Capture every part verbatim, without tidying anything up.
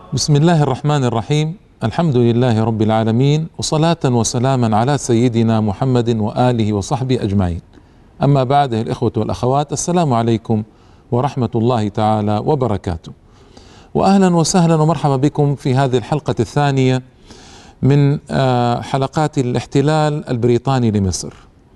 بسم الله الرحمن الرحيم. الحمد لله رب العالمين، وصلاة وسلاما على سيدنا محمد وآله وصحبه أجمعين. أما بعد، الإخوة والأخوات، السلام عليكم ورحمة الله تعالى وبركاته، وأهلا وسهلا ومرحبا بكم في هذه الحلقة الثانية من حلقات الاحتلال البريطاني لمصر.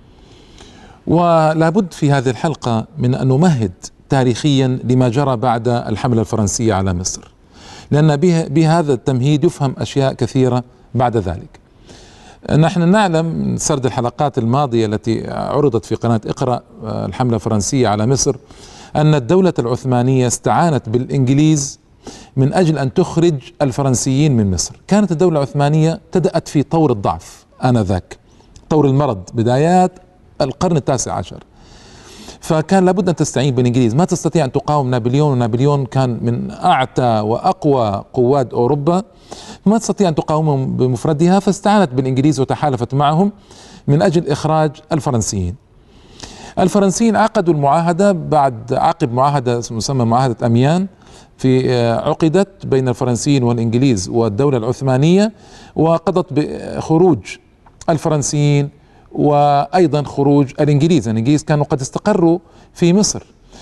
ولا بد في هذه الحلقة من أن نمهد تاريخيا لما جرى بعد الحملة الفرنسية على مصر، لأن بهذا التمهيد يفهم أشياء كثيرة بعد ذلك. نحن نعلم من سرد الحلقات الماضية التي عرضت في قناة اقرأ الحملة الفرنسية على مصر أن الدولة العثمانية استعانت بالإنجليز من أجل أن تخرج الفرنسيين من مصر. كانت الدولة العثمانية بدأت في طور الضعف آنذاك، طور المرض، بدايات القرن التاسع عشر، فكان لابد أن تستعين بالإنجليز. ما تستطيع أن تقاوم نابليون، ونابليون كان من أعتى وأقوى قوات أوروبا، ما تستطيع أن تقاومهم بمفردها، فاستعانت بالإنجليز وتحالفت معهم من أجل إخراج الفرنسيين. الفرنسيين عقدوا المعاهدة بعد عقب معاهدة مسمى معاهدة أميان، في عقدت بين الفرنسيين والإنجليز والدولة العثمانية، وقضت بخروج الفرنسيين وأيضا خروج الإنجليز. الإنجليز كانوا قد استقروا في مصر،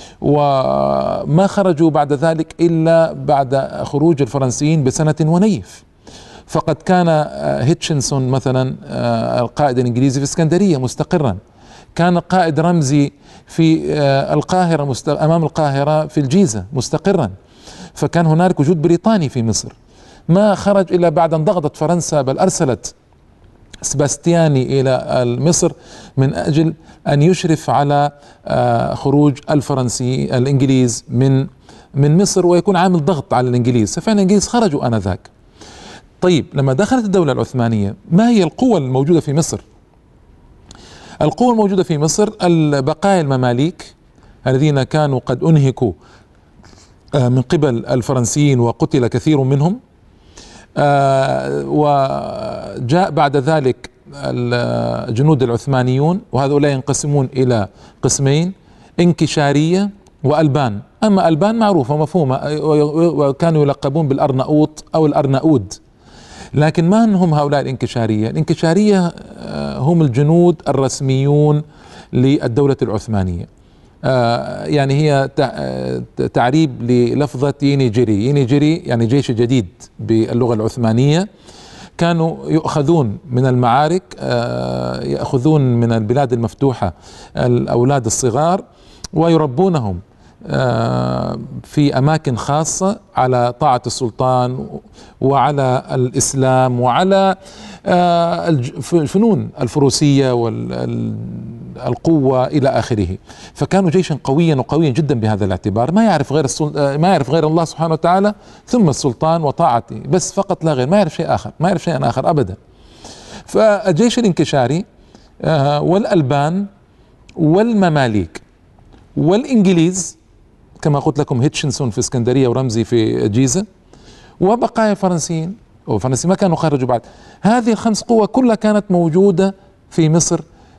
وما خرجوا بعد ذلك إلا بعد خروج الفرنسيين بسنة ونيف. فقد كان هيتشنسون مثلا القائد الإنجليزي في اسكندرية مستقرا، كان قائد رمزي في القاهرة أمام القاهرة في الجيزة مستقرا، فكان هنالك وجود بريطاني في مصر. ما خرج إلا بعد أن ضغطت فرنسا، بل أرسلت سباستياني إلى مصر من أجل أن يشرف على خروج الفرنسي الإنجليز من من مصر، ويكون عامل ضغط على الإنجليز. ففعلا الإنجليز خرجوا آنذاك. طيب، لما دخلت الدولة العثمانية، ما هي القوة الموجودة في مصر؟ القوة الموجودة في مصر البقايا المماليك الذين كانوا قد أنهكوا من قبل الفرنسيين وقتل كثير منهم، آه وجاء بعد ذلك الجنود العثمانيون، وهؤلاء ينقسمون إلى قسمين: انكشارية وألبان. أما ألبان معروفة ومفهومة، وكانوا يلقبون بالأرناؤوط أو الأرناؤود. لكن من هم هؤلاء الانكشارية؟ الانكشارية هم الجنود الرسميون للدولة العثمانية. آه يعني هي تعريب للفظة ينيجري. ينيجري يعني جيش جديد باللغة العثمانية. كانوا يؤخذون من المعارك، آه يأخذون من البلاد المفتوحة الأولاد الصغار ويربونهم آه في أماكن خاصة على طاعة السلطان وعلى الإسلام وعلى آه الفنون الفروسية والقوة إلى آخره. فكانوا جيشا قويا وقويا جدا بهذا الاعتبار، ما يعرف غير ما يعرف غير الله سبحانه وتعالى ثم السلطان وطاعته بس، فقط لا غير، ما يعرف شيء آخر، ما يعرف شيئا آخر أبدا. فالجيش الانكشاري آه والألبان والمماليك والإنجليز، كما قلت لكم هيتشنسون في اسكندرية ورمزي في جيزة، وبقايا الفرنسيين، والفرنسيين ما كانوا خرجوا بعد. هذه الخمس قوى كلها كانت موجودة في مصر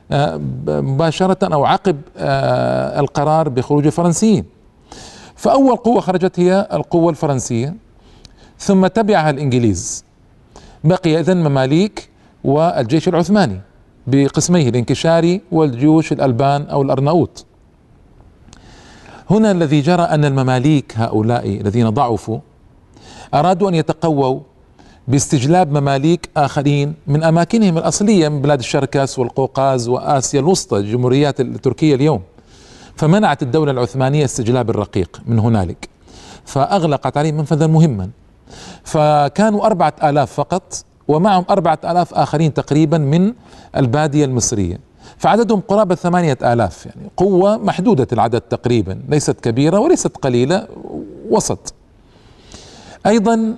مباشرة أو عقب القرار بخروج الفرنسيين. فأول قوة خرجت هي القوة الفرنسية، ثم تبعها الإنجليز، بقي إذن مماليك والجيش العثماني بقسميه الانكشاري والجيوش الألبان أو الأرناؤوط. هنا الذي جرى أن المماليك هؤلاء الذين ضعفوا أرادوا أن يتقووا باستجلاب مماليك آخرين من أماكنهم الأصلية، من بلاد الشركس والقوقاز وآسيا الوسطى، الجمهوريات التركية اليوم. فمنعت الدولة العثمانية استجلاب الرقيق من هنالك، فأغلقت عليهم منفذا مهما. فكانوا أربعة آلاف فقط، ومعهم أربعة آلاف آخرين تقريبا من البادية المصرية، فعددهم قرابة ثمانية آلاف. يعني قوة محدودة العدد تقريبا، ليست كبيرة وليست قليلة، وسط. أيضا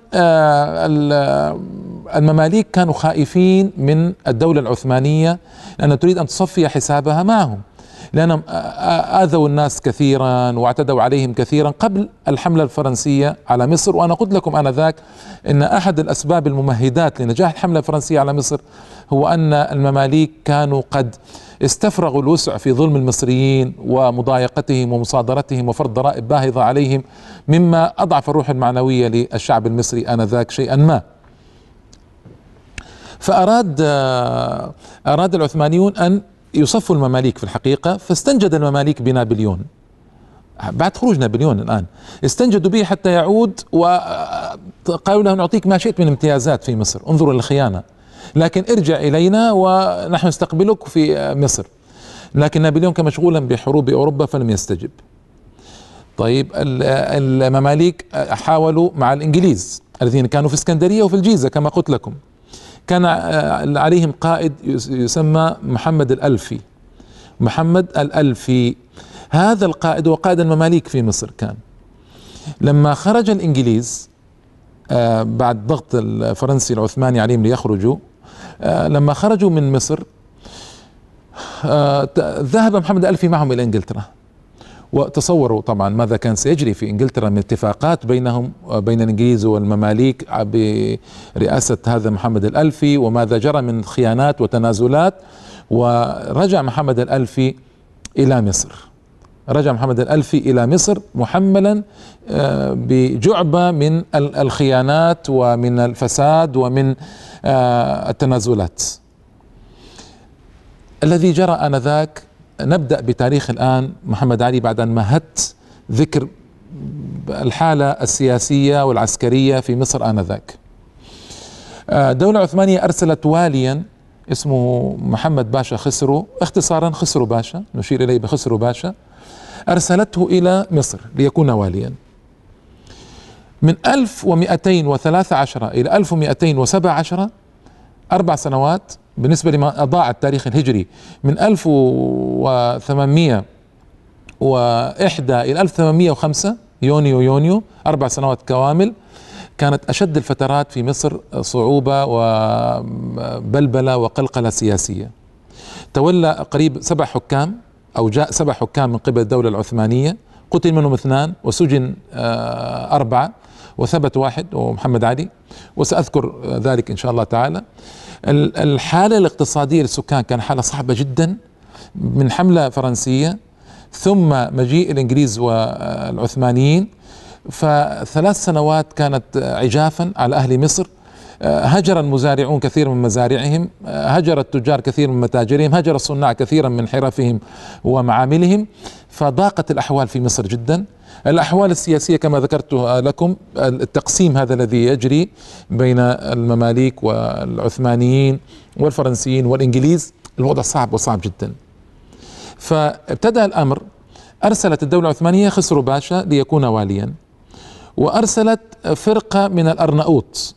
المماليك كانوا خائفين من الدولة العثمانية لأنها تريد أن تصفي حسابها معهم، لأنهم آذوا الناس كثيرا واعتدوا عليهم كثيرا قبل الحملة الفرنسية على مصر. وأنا قلت لكم آنذاك أن أحد الأسباب الممهدات لنجاح الحملة الفرنسية على مصر هو أن المماليك كانوا قد استفرغوا الوسع في ظلم المصريين ومضايقتهم ومصادرتهم وفرض ضرائب باهظة عليهم، مما أضعف الروح المعنوية للشعب المصري آنذاك شيئا ما. فأراد أراد العثمانيون أن يصفوا المماليك في الحقيقة، فاستنجد المماليك بنابليون بعد خروج نابليون. الآن استنجدوا به حتى يعود، وقالوا له نعطيك ما شئت من امتيازات في مصر، انظروا للخيانة، لكن ارجع إلينا ونحن نستقبلك في مصر. لكن نابليون كان مشغولا بحروب أوروبا فلم يستجب. طيب المماليك حاولوا مع الإنجليز الذين كانوا في اسكندرية وفي الجيزة كما قلت لكم، كان عليهم قائد يسمى محمد الألفي. محمد الألفي هذا القائد وقائد المماليك في مصر. كان لما خرج الإنجليز بعد ضغط الفرنسي العثماني عليهم ليخرجوا، لما خرجوا من مصر ذهب محمد الألفي معهم إلى إنجلترا، وتصوروا طبعا ماذا كان سيجري في إنجلترا من اتفاقات بينهم بين الإنجليز والمماليك برئاسة هذا محمد الألفي، وماذا جرى من خيانات وتنازلات. ورجع محمد الألفي إلى مصر، رجع محمد الألفي إلى مصر محملا بجعبة من الخيانات ومن الفساد ومن التنازلات. الذي جرى آنذاك، نبدأ بتاريخ الآن محمد علي بعد أن مهدت ذكر الحالة السياسية والعسكرية في مصر آنذاك. الدولة العثمانية أرسلت واليا اسمه محمد باشا خسرو، اختصارا خسرو باشا، نشير إليه بخسرو باشا، أرسلته إلى مصر ليكون واليا. من ألف ومئتين وثلاثة عشر إلى ألف ومئتين وسبعة عشر، أربع سنوات بالنسبة لما أضاع التاريخ الهجري، من ألف وثمانمئة وواحد إلى ألف وثمانمئة وخمسة، يونيو يونيو، أربع سنوات كوامل. كانت أشد الفترات في مصر صعوبة وبلبلة وقلقلة سياسية. تولى قريب سبع حكام أو جاء سبع حكام من قبل الدولة العثمانية، قتل منهم اثنان وسجن أربعة وثبت واحد ومحمد علي، وسأذكر ذلك إن شاء الله تعالى. الحالة الاقتصادية للسكان كان حالة صعبة جدا من حملة فرنسية ثم مجيء الإنجليز والعثمانيين، فثلاث سنوات كانت عجافا على أهل مصر. هجر المزارعون كثير من مزارعهم، هجر التجار كثير من متاجرهم، هجر الصناع كثيرا من حرفهم ومعاملهم، فضاقت الأحوال في مصر جدا. الأحوال السياسية كما ذكرت لكم، التقسيم هذا الذي يجري بين المماليك والعثمانيين والفرنسيين والإنجليز، الوضع صعب وصعب جدا. فابتدأ الأمر، أرسلت الدولة العثمانية خسرو باشا ليكون واليا، وأرسلت فرقة من الأرناؤوط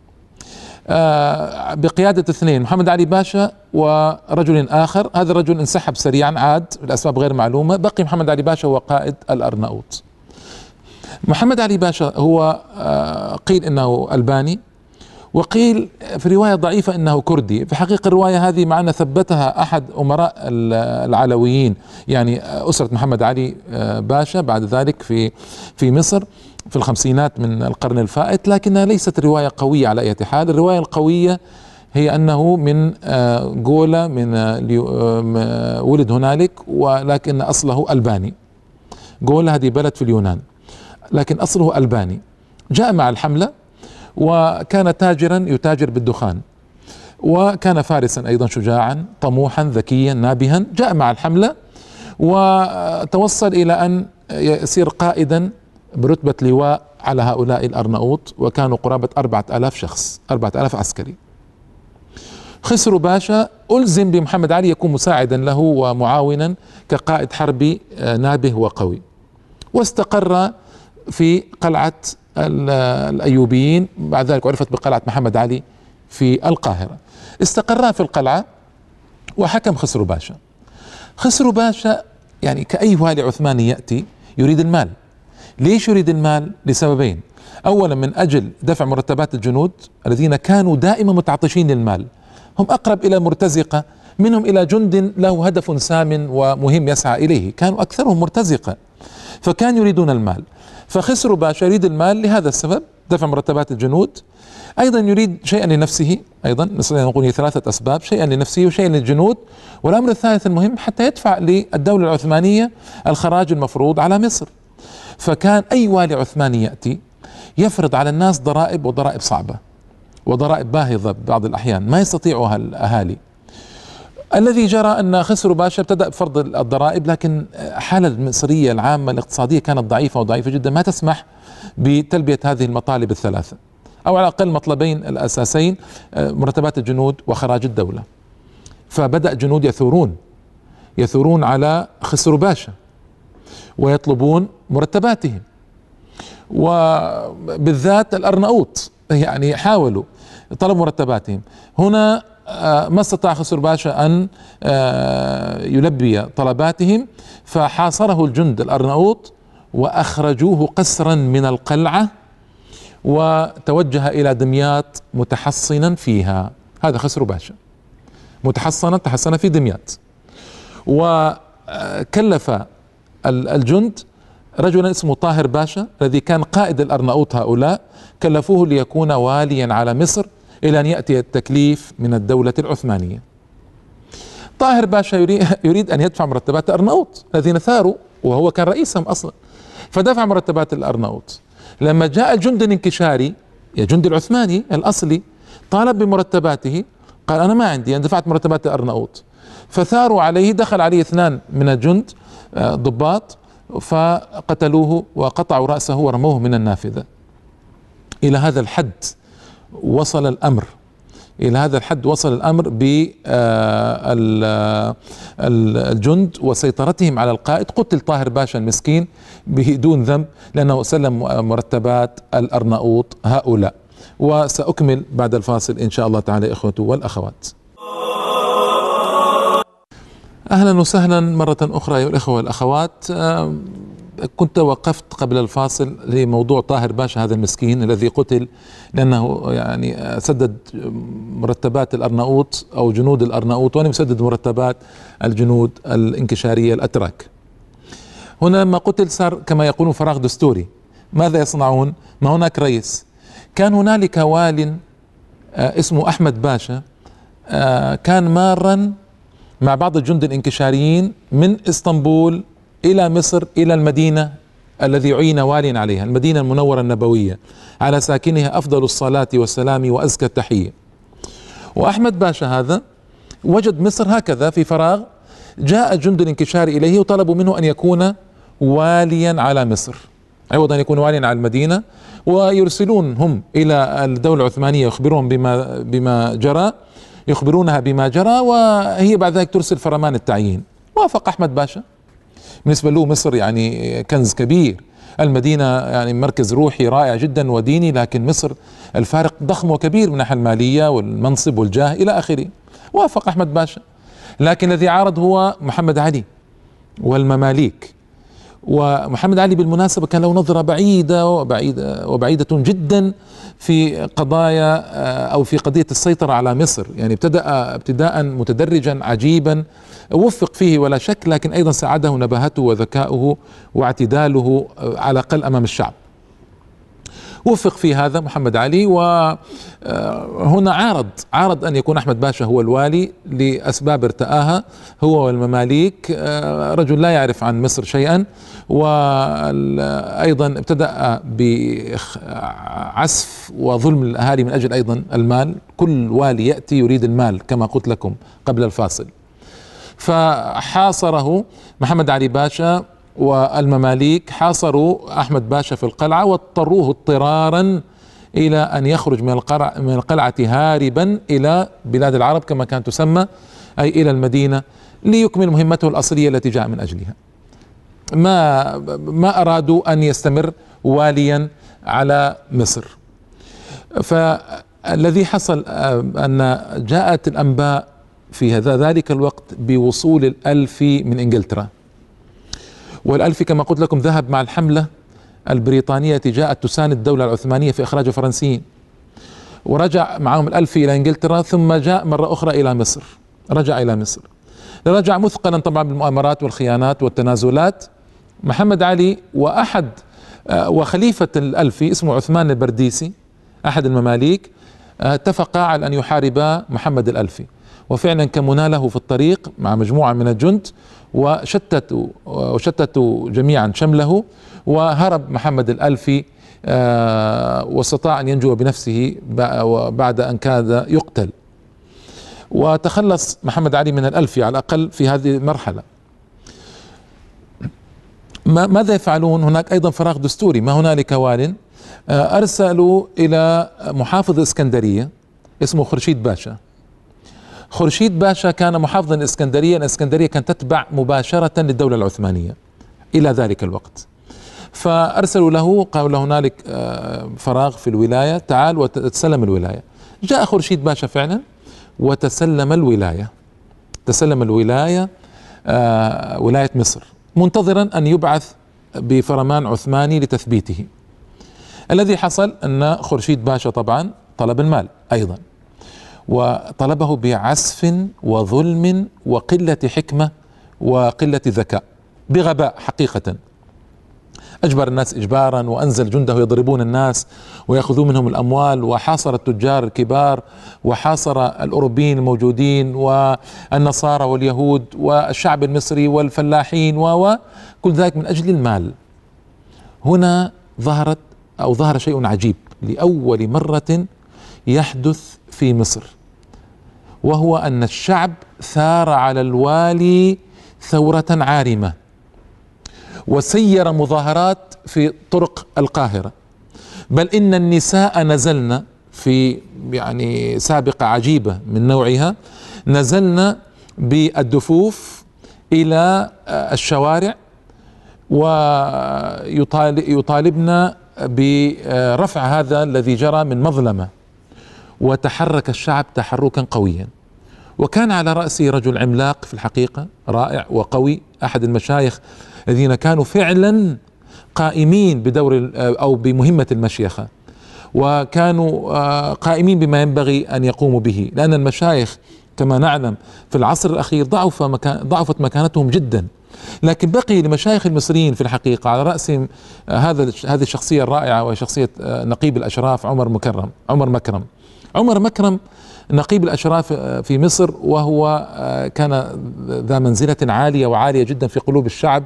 بقيادة اثنين، محمد علي باشا ورجل آخر. هذا الرجل انسحب سريعا، عاد لأسباب غير معلومة، بقي محمد علي باشا هو قائد الأرناؤوط. محمد علي باشا هو قيل إنه ألباني، وقيل في رواية ضعيفة إنه كردي. في حقيقة الرواية هذه معنا ثبتها أحد أمراء العلويين، يعني أسرة محمد علي باشا بعد ذلك في في مصر في الخمسينات من القرن الفائت، لكنها ليست رواية قوية على أي حال. الرواية القوية هي أنه من جولا، من ولد هنالك ولكن أصله ألباني. جولا هذه بلد في اليونان، لكن أصله ألباني. جاء مع الحملة وكان تاجرا يتاجر بالدخان، وكان فارسا أيضا شجاعا طموحا ذكيا نابها. جاء مع الحملة وتوصل إلى أن يصير قائدا برتبة لواء على هؤلاء الأرناؤوط، وكانوا قرابة أربعة آلاف شخص، أربعة آلاف عسكري. خسرو باشا ألزم بمحمد علي يكون مساعدا له ومعاونا كقائد حربي نابه وقوي، واستقر في قلعة الأيوبيين، بعد ذلك عرفت بقلعة محمد علي في القاهرة. استقرا في القلعة وحكم خسرو باشا. خسرو باشا يعني كأي والي عثماني يأتي يريد المال. ليش يريد المال؟ لسببين. أولا من أجل دفع مرتبات الجنود الذين كانوا دائما متعطشين للمال، هم أقرب إلى مرتزقة منهم إلى جند له هدف سام ومهم يسعى إليه، كانوا أكثرهم مرتزقة، فكانوا يريدون المال. فخسروا باشا يريد المال لهذا السبب، دفع مرتبات الجنود، أيضا يريد شيئا لنفسه، أيضا نستطيع أن نقول ثلاثة أسباب: شيئا لنفسه وشيئا للجنود، والأمر الثالث المهم حتى يدفع للدولة العثمانية الخراج المفروض على مصر. فكان أي والي عثماني يأتي يفرض على الناس ضرائب، وضرائب صعبة وضرائب باهظة ببعض الأحيان ما يستطيعها الأهالي. الذي جرى أن خسروا باشا ابتدأ بفرض الضرائب، لكن حالة المصرية العامة الاقتصادية كانت ضعيفة وضعيفة جدا، ما تسمح بتلبية هذه المطالب الثلاثة، أو على الأقل مطلبين الأساسين: مرتبات الجنود وخراج الدولة. فبدأ جنود يثورون يثورون على خسروا باشا ويطلبون مرتباتهم، وبالذات الأرناؤوط يعني حاولوا طلب مرتباتهم. هنا ما استطاع خسروا باشا أن يلبي طلباتهم، فحاصره الجند الأرناؤوط وأخرجوه قسرا من القلعة، وتوجه إلى دمياط متحصنا فيها. هذا خسروا باشا متحصنا تحصن في دمياط، وكلف الجند رجلا اسمه طاهر باشا الذي كان قائد الأرناؤوط هؤلاء، كلفوه ليكون واليا على مصر إلى أن يأتي التكليف من الدولة العثمانية. طاهر باشا يريد أن يدفع مرتبات الأرناؤوط الذين ثاروا، وهو كان رئيسهم أصلا، فدفع مرتبات الأرناؤوط. لما جاء الجند الانكشاري يا جندي العثماني الأصلي طالب بمرتباته، قال أنا ما عندي، أنا دفعت مرتبات الأرناؤوط. فثاروا عليه، دخل عليه اثنان من الجند ضباط فقتلوه وقطعوا رأسه ورموه من النافذة. إلى هذا الحد وصل الأمر إلى هذا الحد وصل الأمر بالجند وسيطرتهم على القائد. قتل طاهر باشا المسكين بدون ذنب لأنه سلم مرتبات الأرناؤوط هؤلاء. وسأكمل بعد الفاصل إن شاء الله تعالى إخوته والأخوات. أهلا وسهلا مرة أخرى أيها الإخوة والأخوات. كنت وقفت قبل الفاصل لموضوع طاهر باشا هذا المسكين الذي قتل لأنه يعني سدد مرتبات الأرناؤوط أو جنود الأرناؤوط، ولم يسدد مرتبات الجنود الانكشارية الأتراك. هنا لما قتل صار كما يقولون فراغ دستوري. ماذا يصنعون؟ ما هناك رئيس. كان هنالك وال اسمه أحمد باشا، كان مارا مع بعض الجند الانكشاريين من اسطنبول إلى مصر إلى المدينة الذي عين واليا عليها، المدينة المنورة النبوية على ساكنها أفضل الصلاة والسلام وأزكى التحية. وأحمد باشا هذا وجد مصر هكذا في فراغ، جاء الجند الانكشاري إليه وطلبوا منه أن يكون واليا على مصر عوض أن يكون واليا على المدينة، ويرسلون هم إلى الدولة العثمانية يخبرون بما بما جرى يخبرونها بما جرى، وهي بعد ذلك ترسل فرمان التعيين. وافق أحمد باشا. بالنسبة له مصر يعني كنز كبير، المدينة يعني مركز روحي رائع جدا وديني، لكن مصر الفارق ضخم وكبير من الناحية المالية والمنصب والجاه إلى آخره. وافق أحمد باشا، لكن الذي عارض هو محمد علي والمماليك. ومحمد علي بالمناسبة كان له نظرة بعيدة وبعيدة وبعيدة جدا في قضايا أو في قضية السيطرة على مصر، يعني ابتدأ ابتداء متدرجا عجيبا، وفق فيه ولا شك، لكن أيضا ساعده نباهته وذكاؤه واعتداله على الأقل أمام الشعب. وفق في هذا محمد علي، وهنا عارض عارض أن يكون أحمد باشا هو الوالي لأسباب ارتآها هو والمماليك. رجل لا يعرف عن مصر شيئا، وأيضا ابتدأ بعسف وظلم الأهالي من أجل أيضا المال. كل والي يأتي يريد المال كما قلت لكم قبل الفاصل. فحاصره محمد علي باشا والمماليك، حاصروا أحمد باشا في القلعة واضطروه اضطرارا إلى أن يخرج من القلعة من القلعة هاربا إلى بلاد العرب كما كانت تسمى، أي إلى المدينة، ليكمل مهمته الأصلية التي جاء من أجلها. ما ما أرادوا أن يستمر واليا على مصر. فالذي حصل أن جاءت الأنباء في هذا ذلك الوقت بوصول الألفي من إنجلترا، والألفي كما قلت لكم ذهب مع الحملة البريطانية التي جاءت تساند الدولة العثمانية في إخراج الفرنسيين، ورجع معهم الألفي إلى إنجلترا، ثم جاء مرة أخرى إلى مصر. رجع إلى مصر. رجع مثقلا طبعا بالمؤامرات والخيانات والتنازلات. محمد علي وأحد وخليفة الألفي اسمه عثمان البرديسي أحد المماليك اتفقا على أن يحاربا محمد الألفي، وفعلا كمنا له في الطريق مع مجموعة من الجند، وشتتوا وشتتوا جميعا شمله، وهرب محمد الألفي واستطاع أن ينجو بنفسه بعد أن كاد يقتل. وتخلص محمد علي من الألفي على الأقل في هذه المرحلة. ماذا يفعلون؟ هناك أيضا فراغ دستوري، ما هنالك وال. أرسلوا إلى محافظ الإسكندرية اسمه خرشيد باشا. خرشيد باشا كان محافظا الإسكندرية، الإسكندرية كانت تتبع مباشرة للدولة العثمانية إلى ذلك الوقت. فأرسلوا له، قالوا له هنالك فراغ في الولاية، تعال وتسلم الولاية. جاء خرشيد باشا فعلا وتسلم الولاية، تسلم الولاية آه ولاية مصر، منتظرا أن يبعث بفرمان عثماني لتثبيته. الذي حصل أن خرشيد باشا طبعا طلب المال أيضا، وطلبه بعسف وظلم وقلة حكمة وقلة ذكاء، بغباء حقيقة. أجبر الناس إجبارا، وأنزل جنده يضربون الناس ويأخذون منهم الأموال، وحاصر التجار الكبار، وحاصر الأوروبيين الموجودين والنصارى واليهود والشعب المصري والفلاحين، وكل ذلك من أجل المال. هنا ظهرت أو ظهر شيء عجيب لأول مرة يحدث في مصر، وهو أن الشعب ثار على الوالي ثورة عارمة، وسير مظاهرات في طرق القاهرة، بل إن النساء نزلن في يعني سابقة عجيبة من نوعها، نزلن بالدفوف إلى الشوارع ويطالبن برفع هذا الذي جرى من مظلمة. وتحرك الشعب تحركا قويا، وكان على رأسه رجل عملاق في الحقيقة، رائع وقوي، أحد المشايخ الذين كانوا فعلا قائمين بدور أو بمهمة المشيخة، وكانوا قائمين بما ينبغي أن يقوموا به، لأن المشايخ كما نعلم في العصر الأخير ضعف مكان ضعفت مكانتهم جدا. لكن بقي لمشايخ المصريين في الحقيقة على رأسهم هذا هذه الشخصية الرائعة، وهي شخصية نقيب الأشراف عمر مكرم عمر مكرم عمر مكرم نقيب الأشراف في مصر، وهو كان ذا منزلة عالية وعالية جدا في قلوب الشعب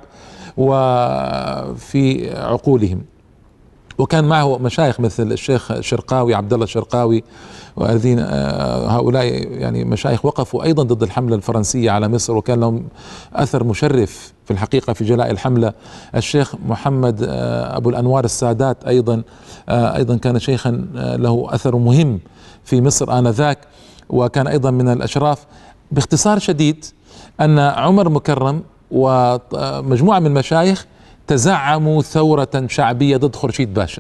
وفي عقولهم. وكان معه مشايخ مثل الشيخ الشرقاوي، عبد الله الشرقاوي، والذين هؤلاء يعني مشايخ وقفوا أيضا ضد الحملة الفرنسية على مصر، وكان لهم أثر مشرف في الحقيقة في جلاء الحملة. الشيخ محمد أبو الأنوار السادات أيضا أيضا كان شيخا له أثر مهم في مصر آنذاك، وكان أيضا من الأشراف. باختصار شديد أن عمر مكرم ومجموعة من المشايخ تزعموا ثورة شعبية ضد خرشيد باشا،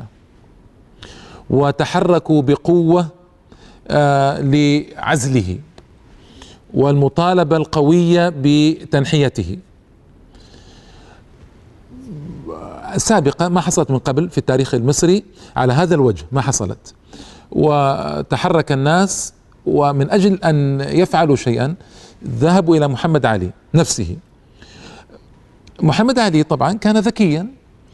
وتحركوا بقوة آه لعزله والمطالبة القوية بتنحيته. سابقة ما حصلت من قبل في التاريخ المصري على هذا الوجه، ما حصلت. وتحرك الناس، ومن أجل أن يفعلوا شيئا ذهبوا إلى محمد علي نفسه. محمد علي طبعا كان ذكيا،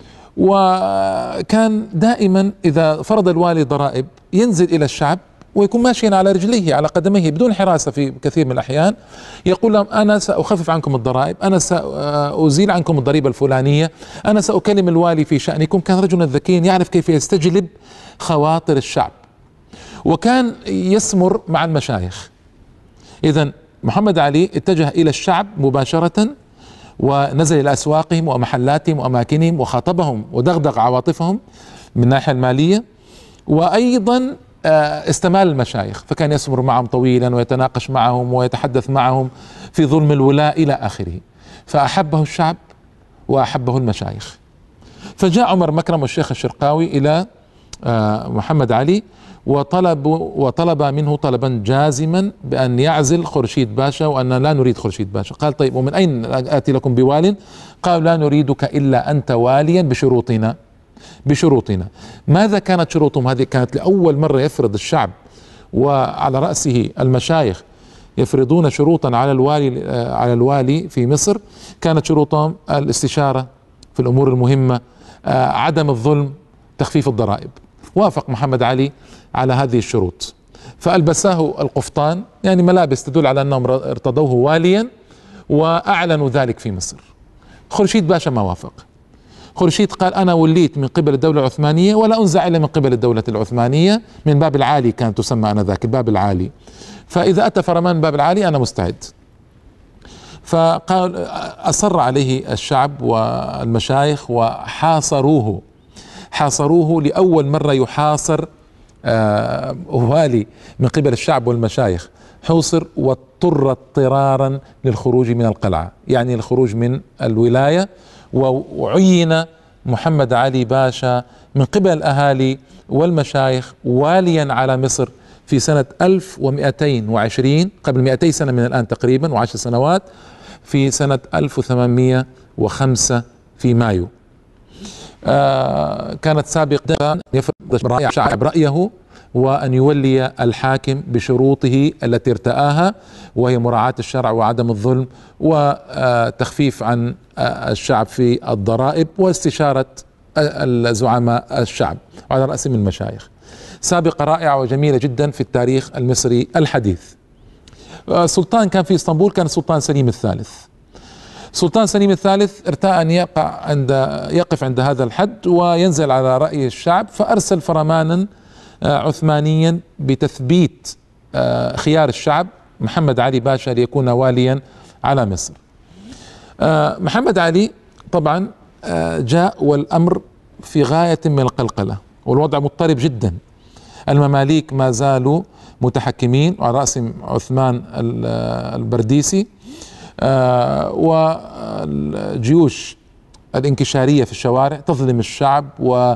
وكان دائما إذا فرض الوالي ضرائب ينزل إلى الشعب ويكون ماشيا على رجليه على قدميه بدون حراسة في كثير من الأحيان، يقول لهم أنا سأخفف عنكم الضرائب، أنا سأزيل عنكم الضريبة الفلانية، أنا سأكلم الوالي في شأنكم. كان رجلا ذكيا يعرف كيف يستجلب خواطر الشعب، وكان يسمر مع المشايخ. إذن محمد علي اتجه إلى الشعب مباشرة، ونزل إلى أسواقهم ومحلاتهم وأماكنهم وخاطبهم ودغدغ عواطفهم من الناحية المالية، وأيضا استمال المشايخ، فكان يسمر معهم طويلا ويتناقش معهم ويتحدث معهم في ظلم الولاء إلى آخره. فأحبه الشعب وأحبه المشايخ. فجاء عمر مكرم والشيخ الشرقاوي إلى محمد علي وطلب وطلب منه طلبا جازما بأن يعزل خرشيد باشا، وأن لا نريد خرشيد باشا. قال طيب ومن أين آتي لكم بوال؟ قال لا نريدك إلا أنت واليا بشروطنا بشروطنا. ماذا كانت شروطهم؟ هذه كانت لأول مرة يفرض الشعب وعلى رأسه المشايخ يفرضون شروطا على الوالي على الوالي في مصر، كانت شروطهم الاستشارة في الأمور المهمة، عدم الظلم، تخفيف الضرائب. وافق محمد علي على هذه الشروط، فألبساه القفطان، يعني ملابس تدل على أنهم ارتضوه واليا، وأعلنوا ذلك في مصر. خورشيد باشا ما وافق. خورشيد قال أنا وليت من قبل الدولة العثمانية ولا أنزع إلا من قبل الدولة العثمانية، من باب العالي كانت تسمى آنذاك الباب العالي، فإذا أتى فرمان باب العالي أنا مستعد. فقال أصر عليه الشعب والمشايخ وحاصروه، حاصروه لأول مرة يحاصر آه والي من قبل الشعب والمشايخ، حوصر واضطر اضطرارا للخروج من القلعة، يعني الخروج من الولاية. وعين محمد علي باشا من قبل الأهالي والمشايخ واليا على مصر في سنة ألف ومئتين وعشرين، قبل مئتي سنة من الآن تقريبا وعشر سنوات، في سنة ألف وثمانمئة وخمسة في مايو. آه كانت سابقا يفرض الشعب رأيه وأن يولي الحاكم بشروطه التي ارتآها، وهي مراعاة الشرع وعدم الظلم وتخفيف عن الشعب في الضرائب واستشارة الزعماء الشعب على رأسهم المشايخ. سابقة رائعة وجميلة جدا في التاريخ المصري الحديث. السلطان كان في اسطنبول كان السلطان سليم الثالث. سلطان سليم الثالث ارتأى أن يقع عند يقف عند هذا الحد وينزل على رأي الشعب، فأرسل فرمانا عثمانيا بتثبيت خيار الشعب محمد علي باشا ليكون واليا على مصر. محمد علي طبعا جاء والأمر في غاية من القلقلة والوضع مضطرب جدا. المماليك ما زالوا متحكمين وعلى رأسهم عثمان البرديسي، والجيوش الانكشارية في الشوارع تظلم الشعب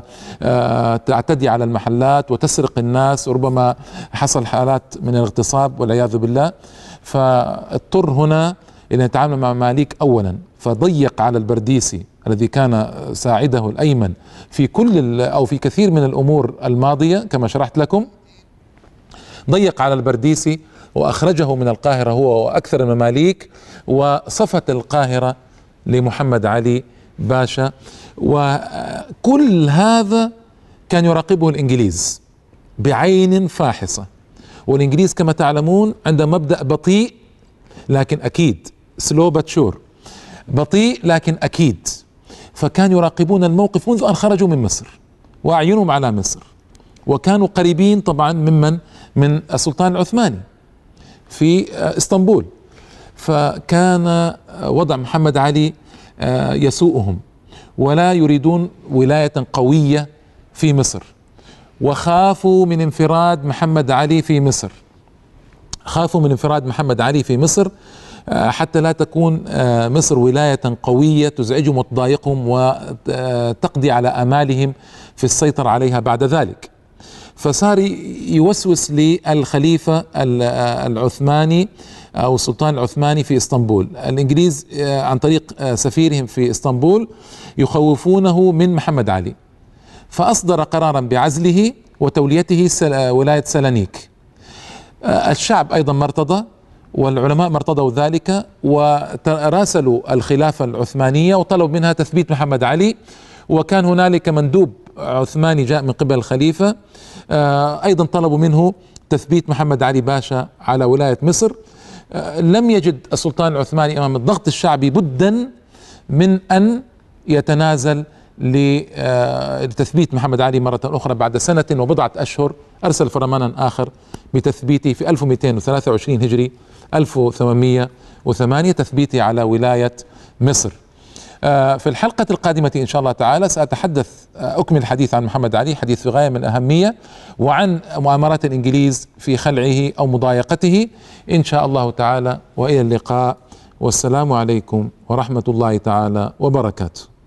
وتعتدي على المحلات وتسرق الناس، وربما حصل حالات من الاغتصاب والعياذ بالله. فاضطر هنا إلى يتعامل مع مماليك أولا، فضيق على البرديسي الذي كان ساعده الأيمن في كل أو في كثير من الأمور الماضية كما شرحت لكم، ضيق على البرديسي وأخرجه من القاهرة هو وأكثر المماليك، وصفت القاهرة لمحمد علي باشا. وكل هذا كان يراقبه الإنجليز بعين فاحصة، والإنجليز كما تعلمون عندهم مبدأ بطيء لكن أكيد، سلو بات شور، بطيء لكن أكيد. فكانوا يراقبون الموقف منذ أن خرجوا من مصر وأعينهم على مصر، وكانوا قريبين طبعا ممن من السلطان العثماني في اسطنبول. فكان وضع محمد علي يسوءهم ولا يريدون ولاية قوية في مصر، وخافوا من انفراد محمد علي في مصر، خافوا من انفراد محمد علي في مصر حتى لا تكون مصر ولاية قوية تزعجهم وتضايقهم وتقضي على آمالهم في السيطرة عليها بعد ذلك. فصار يوسوس للخليفة العثماني أو السلطان العثماني في اسطنبول. الإنجليز عن طريق سفيرهم في اسطنبول يخوفونه من محمد علي، فأصدر قرارا بعزله وتوليته ولاية سلانيك. الشعب أيضا ما ارتضى والعلماء ما ارتضوا ذلك، وراسلوا الخلافة العثمانية وطلبوا منها تثبيت محمد علي. وكان هنالك مندوب عثماني جاء من قبل الخليفة أيضا طلبوا منه تثبيت محمد علي باشا على ولاية مصر. لم يجد السلطان العثماني أمام الضغط الشعبي بدا من أن يتنازل لتثبيت محمد علي مرة أخرى. بعد سنة وبضعة أشهر أرسل فرمانا آخر بتثبيته في ألف ومئتين وثلاثة وعشرين هجري ألف وثمانمئة وثمانية تثبيته على ولاية مصر. في الحلقة القادمة إن شاء الله تعالى سأتحدث أكمل الحديث عن محمد علي، حديث في غاية من الأهمية، وعن مؤامرات الإنجليز في خلعه أو مضايقته إن شاء الله تعالى. وإلى اللقاء، والسلام عليكم ورحمة الله تعالى وبركاته.